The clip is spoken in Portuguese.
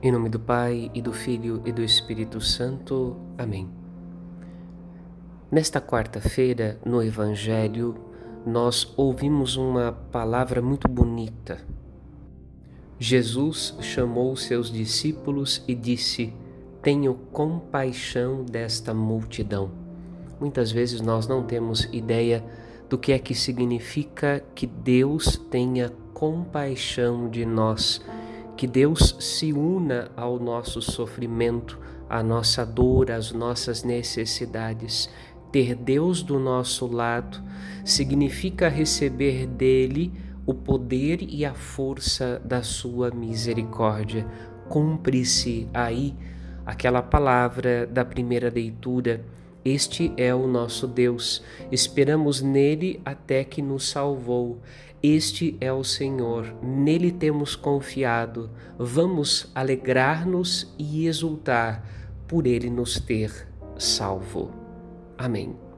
Em nome do Pai, e do Filho, e do Espírito Santo. Amém. Nesta quarta-feira, no Evangelho, nós ouvimos uma palavra muito bonita. Jesus chamou seus discípulos e disse: "Tenho compaixão desta multidão." Muitas vezes nós não temos ideia do que é que significa que Deus tenha compaixão de nós, que Deus se una ao nosso sofrimento, à nossa dor, às nossas necessidades. Ter Deus do nosso lado significa receber dele o poder e a força da sua misericórdia. Cumpre-se aí aquela palavra da primeira leitura: "Este é o nosso Deus, esperamos nele até que nos salvou. Este é o Senhor, nele temos confiado. Vamos alegrar-nos e exultar por ele nos ter salvo." Amém.